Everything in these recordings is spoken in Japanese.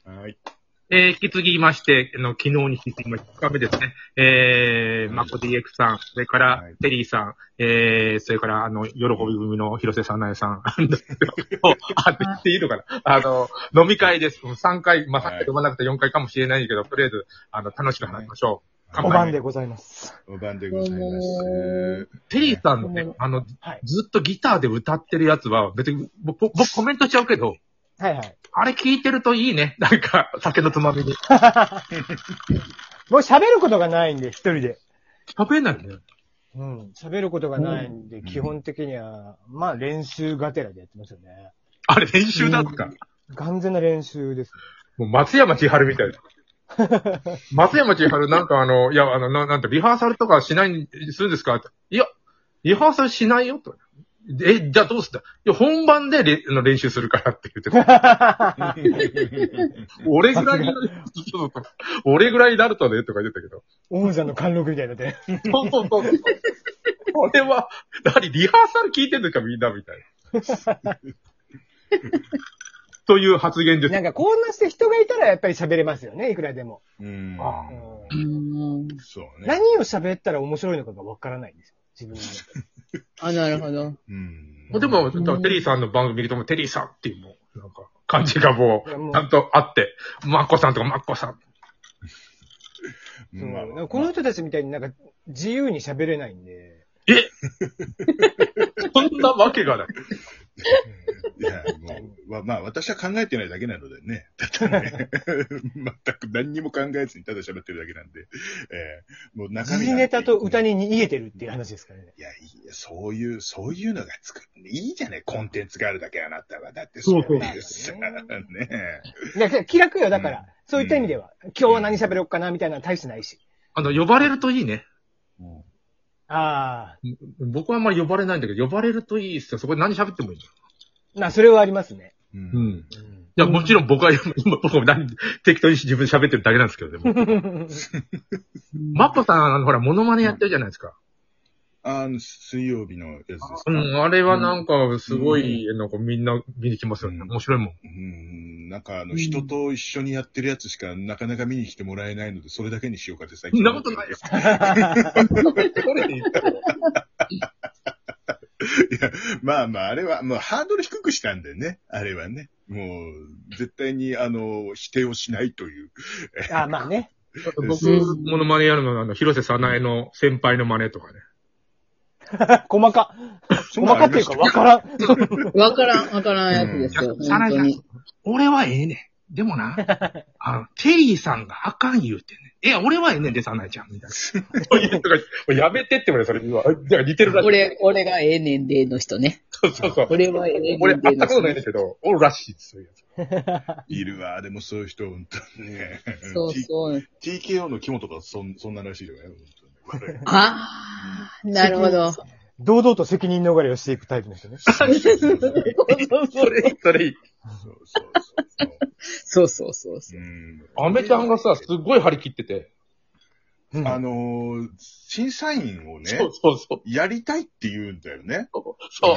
はい。 引き継ぎまして、昨日に引き継ぎまして、2日目ですね。マコ DX さん、それから、テリーさん、それから、喜び組の広瀬さなえさん、言っていいのかな飲み会です。3回、まあ、さっき読まなくて4回かもしれないけど、とりあえず、楽しく話しましょう。 お晩でございます。 お晩でございます。 テリーさんのね、ずっとギターで歌ってるやつは、別に、僕コメントしちゃうけど、 はいはい。 あれ聞いてるといいね。なんか、酒のつまみに。 もう喋ることがないんで、一人で。 喋れないね。 うん。喋ることがないんで、基本的には、まあ練習がてらでやってますよね。 あれ練習なんですか？ 完全な練習です。 もう松山千春みたいな。松山千春なんかなんてリハーサルとかしないにするんですかって。いや、リハーサルしないよと。じゃあどうすんだ？いや、本番で練習するからって言ってた。俺ぐらいになる、俺ぐらいになるとね、とか言ってたけど。 王座の貫禄みたいになって。 そう。俺は、リハーサル聞いてんのかみんなみたいな。という発言です。 なんかこんなして人がいたらやっぱり喋れますよね、いくらでも。 そうね。 何を喋ったら面白いのかがわからないんですよ。自分の。なるほど。 でも、テリーさんの番組見るともテリーさんっていうもう、なんか、感じがもう、ちゃんとあって、マッコさんとかマッコさん。 そう。この人たちみたいになんか自由に喋れないんで。 そんなわけがない。 いや、もう、まあ、私は考えてないだけなのでね。だね全く何にも考えずにただ喋ってるだけなんで。もう中身時事ネタと歌に逃げてるっていう話ですからね。 いや、そういうのがいいじゃねコンテンツがあるだけあなたは。だってそうですね。 いや、気楽よ、だから。そういった意味では。今日は何喋ろうかな、みたいなの大してないし。 呼ばれるといいね。 ああ。 僕はあんまり呼ばれないんだけど、呼ばれるといいっすよ。そこで何喋ってもいいんだよ。 それはありますね。 いや、もちろん僕も適当に自分で喋ってるだけなんですけど、でも。マッコさん、ほら、モノマネやってるじゃないですか。 水曜日のやつですか。 あれはなんか、すごい、なんかみんな見に来ますよね。面白いもん。なんか人と一緒にやってるやつしかなかなか見に来てもらえないので、それだけにしようかって最近。 そんなことないです。 いや、まあ、あれは、もうハードル低くしたんでね。あれはね。もう、絶対に、否定をしないという。 まあね。 僕、モノマネやるのは、広瀬さなえの先輩の真似とかね。 細かっていうか、わからん。 わからんやつですよ。 さなえちゃん、俺はええねん。でもな、テリーさんがあかん言うてね。俺はええねんで、さなえちゃん、みたいな。そういう人が、やめてって言われ、それ。似てるらしい。 俺がええねんでの人ね。 そう。 俺はええねんで俺、会ったことないんだけど、おるらしいです、そういうやつ。 いるわ、でもそういう人、本当にね。 そう。 TKO の肝とか、そんならしいよね。 なるほど。 堂々と責任逃れをしていくタイプの人ね。 それいい。 そう。 アメちゃんがさ、すっごい張り切ってて。 審査員をね、 そう。 やりたいって言うんだよね。 そう。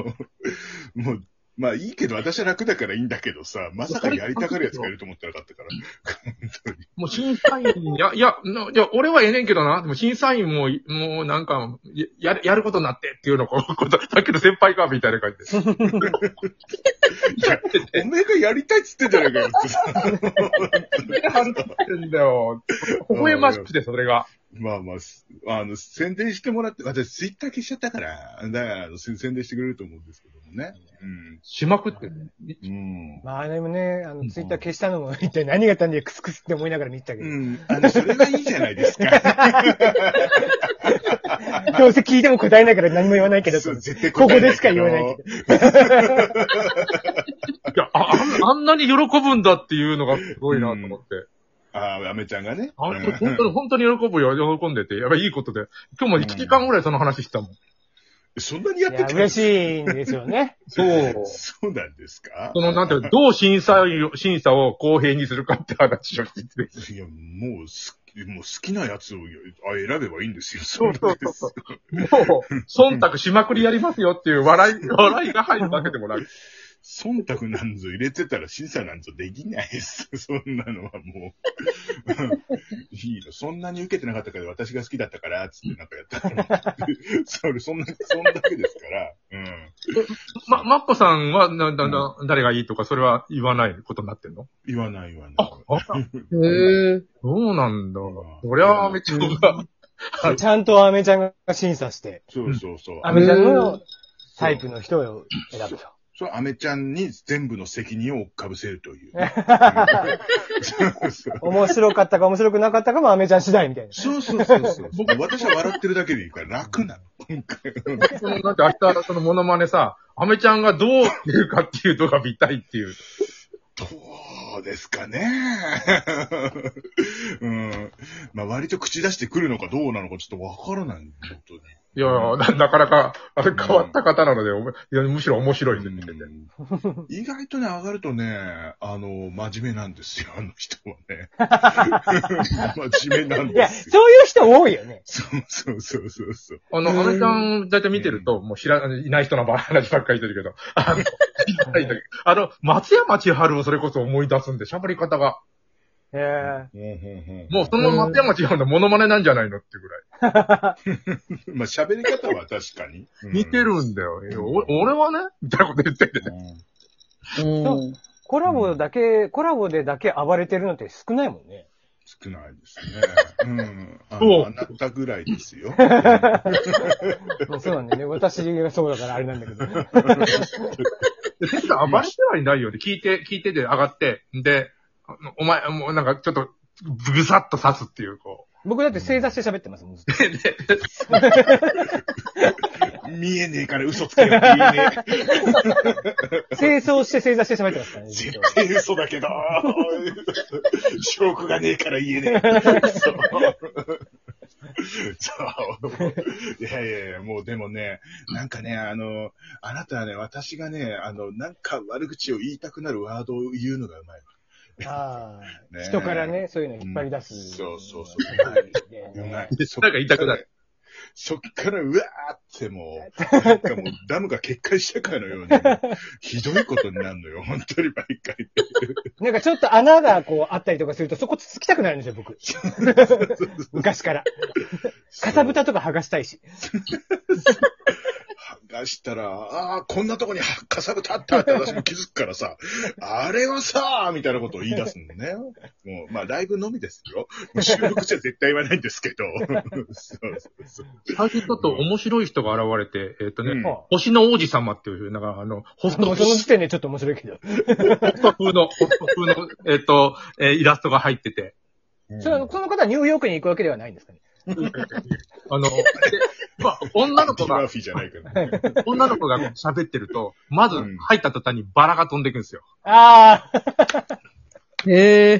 もう、まあいいけど、私は楽だからいいんだけどさ、まさかやりたがるやつがいると思ってなかったから。本当に。 もう審査員、いや、俺はええねんけどな、でも審査員もうなんか、やることになってっていうのを、さっきの先輩か、みたいな感じで。 いや、おめえがやりたいっつってんじゃないかよって張り切ってんだよ。微笑ましくて、それが。 まあ、宣伝してもらって、私ツイッター消しちゃったから、だから、宣伝してくれると思うんですけどもね。 しまくってね。 まあでもね、ツイッター消したのも一体何があったんでクスクスって思いながら見てたけど。 それがいいじゃないですか。 どうせ聞いても答えないから何も言わないけど、 絶対ここでしか言わないけど。 いや、あんなに喜ぶんだっていうのがすごいなと思って。 アメちゃんがね。 本当に喜ぶよ、喜んでて。やっぱいいことで。今日も1時間ぐらいその話したもん。 そんなにやってた嬉しいんですよね。 そうなんですか？ なんて、どう審査を公平にするかって話をしてて。 いや、もう好きなやつを選べばいいんですよ。 そう。もう、忖度しまくりやりますよっていう笑いが入るわけでもなく。 忖度なんぞ入れてたら審査なんぞできないです。そんなのはもう。いいの。そんなに受けてなかったから私が好きだったから、つってなんかやったら。そんだけですから。うん。 マッコさんは、誰がいいとか、それは言わないことになってんの？ 言わない。 へぇそうなんだ。そりゃ、めっちゃ、 ちゃんとアメちゃんが審査して、 そう。 アメちゃんのタイプの人を選ぶと。 そう、アメちゃんに全部の責任をかぶせるという。 面白かったか面白くなかったかもアメちゃん次第みたいな。 そう。私は笑ってるだけでいいから楽なの。今回。 だって明日、そのモノマネさ、アメちゃんがどう言うかっていうとが見たいっていう。 どうですかね。うん。まあ割と口出してくるのかどうなのかちょっとわからない。本当に。 いや、なかなか、変わった方なので、いやむしろ面白いですね。 意外とね、上がるとね、真面目なんですよ、あの人はね。真面目なんですよ。 いや、そういう人多いよね。 そう。 アメちゃん、だいたい見てると、もういない人の話ばっかり言ってるけど、松山千春をそれこそ思い出すんで、喋り方が。もうその松山千春のモノマネなんじゃないのってぐらい。 まあ喋り方は確かに。 似てるんだよ。俺はねみたいなこと言ってて。 コラボでだけ暴れてるのって少ないもんね。 少ないですね。あなたぐらいですよ。 そうなんだよね。私がそうだからあれなんだけど。 別に暴れてはいないよね。聞いてて上がって、で、お前、もうなんかちょっと、ぐさっと刺すっていう、こう。 僕だって正座して喋ってますもん。 見えねえから嘘つけよ。見えねえ。清掃して正座して喋ってますからね。 絶対嘘だけど、証拠がねえから言えねえ。そう。いや、もうでもね、なんかね、あなたはね、私がね、なんか悪口を言いたくなるワードを言うのがうまいわ。 人からね、そういうの引っ張り出す。 そう。 うまい。なんか言いたくなる。 そっからうわーってもう、なんかもうダムが決壊したかのように、ひどいことになるのよ、本当に毎回。 なんかちょっと穴がこうあったりとかすると、そこつつきたくなるんですよ、僕。昔から。かさぶたとか剥がしたいし。 剥がしたら、こんなとこにかさぶたあったって私も気づくからさ、あれはさみたいなことを言い出すのね。もう、まあ、ライブのみですよ。収録じゃ絶対言わないんですけど。そう。 最近ちょっと面白い人が現れて、星の王子様っていう、なんかホスト風の時点でちょっと面白いけど。 ホスト風の、イラストが入ってて。 その方はニューヨークに行くわけではないんですかね。 まあ、女の子が喋ってると、まず入った途端にバラが飛んでいくんですよ。 へ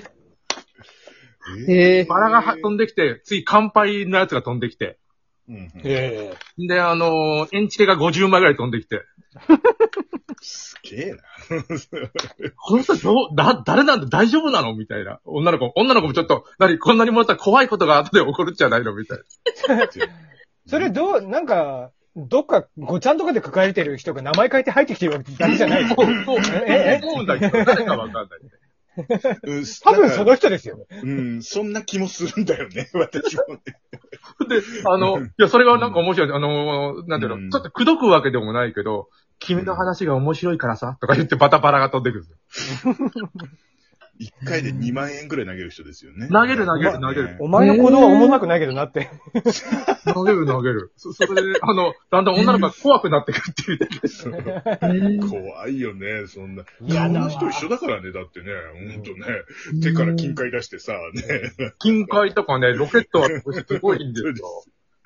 バラが飛んできて、次乾杯のやつが飛んできて。で、エンチケが50枚ぐらい飛んできて。 すげえな。 この人誰なんだ大丈夫なのみたいな。女の子もちょっと、こんなにもらったら怖いことが後で起こるんじゃないのみたいな。 それなんか、どっかごちゃんとかで書かれてる人が名前書いて入ってきてるわけだけじゃないですか。 思うんだけど、誰かわかんない。 多分その人ですよ。 そんな気もするんだよね、私もね。 で、いや、それがなんか面白い。なんていうの、ちょっと口説くわけでもないけど、君の話が面白いからさ、とか言ってバタバラが飛んでくるんですよ。 1回で2万円くらい投げる人ですよね。 投げる。 お前の子供はおもんなくないけどなって。 投げる。それで、だんだん女の子が怖くなってくるっていう。 怖いよね、そんな。顔の人一緒だからね、だってね、ほんとね。手から金塊出してさ、ね。 金塊とかね、ロケットはすごいんですよ。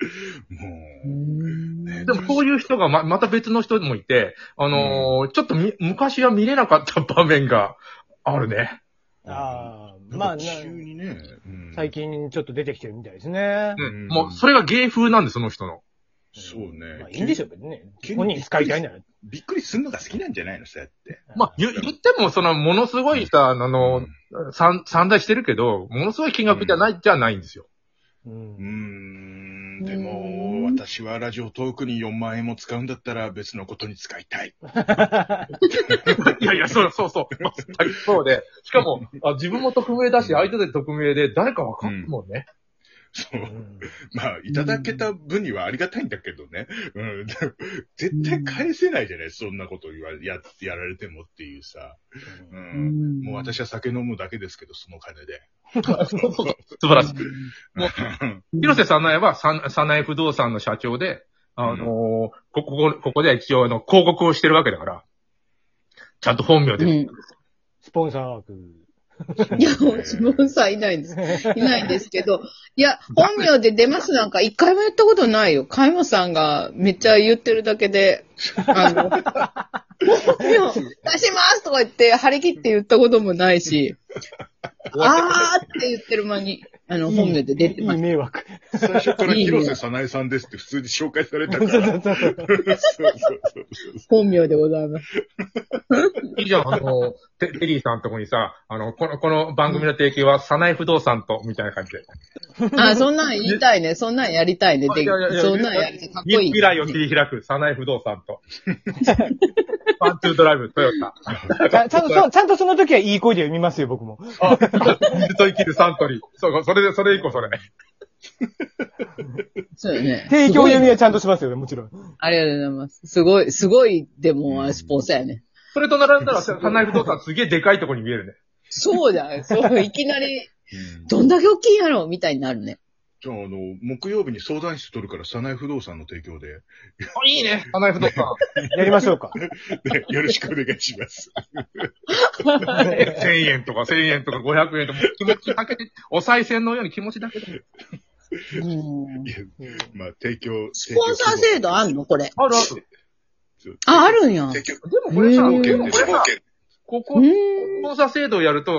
でもそういう人がまた別の人もいて、ちょっと昔は見れなかった場面があるね。 まあ、 急にね、 最近ちょっと出てきてるみたいですね。 もう、それが芸風なんです、その人の。 そうね。 まあ、いいんでしょうけどね。本人使いたいなら。 びっくりするのが好きなんじゃないのそうやって。 まあ、言っても、ものすごいさ、散財してるけど、ものすごい金額じゃないんですよ。 でも、 私はラジオトークに4万円も使うんだったら別のことに使いたい。 いやいや、そう。まあ、そうで。しかも、自分も匿名だし、相手で匿名で、誰かわかんないもんね。 そう。まあ、いただけた分にはありがたいんだけどね。うん。絶対返せないじゃない、そんなことやられてもっていうさ。うん。もう私は酒飲むだけですけど、その金で。 素晴らしい。もう、広瀬さなえは、さなえ不動産の社長で、ここでは一応、広告をしてるわけだから、ちゃんと本名で。 スポンサー枠。 いや、スポンサーいないんです。いないんですけど、いや、本名で出ますなんか一回も言ったことないよ。加山さんがめっちゃ言ってるだけで、本名出しますとか言って張り切って言ったこともないし、あーって言ってる間に、本名で出てます。 いい迷惑。 最初から広瀬さなえさんですって普通に紹介されたから。そう本名でございます。 いいじゃん、テリーさんのとこにさ、この番組の提供は、さなえ不動産と、みたいな感じで。 そんなん言いたいね。そんなんやりたいね。そんなんやりたい。かっこいい。 未来を切り開く、さなえ不動産と。パンツードライブ、トヨタ。 ちゃんとその時はいい声で読みますよ、僕も。 水と生きるサントリー。それ以降それ。 そうよね。 提供読みはちゃんとしますよね、もちろん。 ありがとうございます。すごい、でも、スポンサーやね。 それと並んだら、さなえ不動産すげえでかいとこに見えるね。 そうだ、いきなり、どんだけ大きいんやろみたいになるね。 じゃあ、木曜日に相談室取るから、さなえ不動産の提供で。 いいね、さなえ不動産。 やりましょうか。 ね、よろしくお願いします。 1000円とか500円とか、気持ちだけで、お賽銭のように気持ちだけで。 まあ、提供。 スポンサー制度あんのこれ。 ある。 あるんや。 提供。 でもこれさ、 保険でしょ、保険。 ここ、スポンサー制度をやると、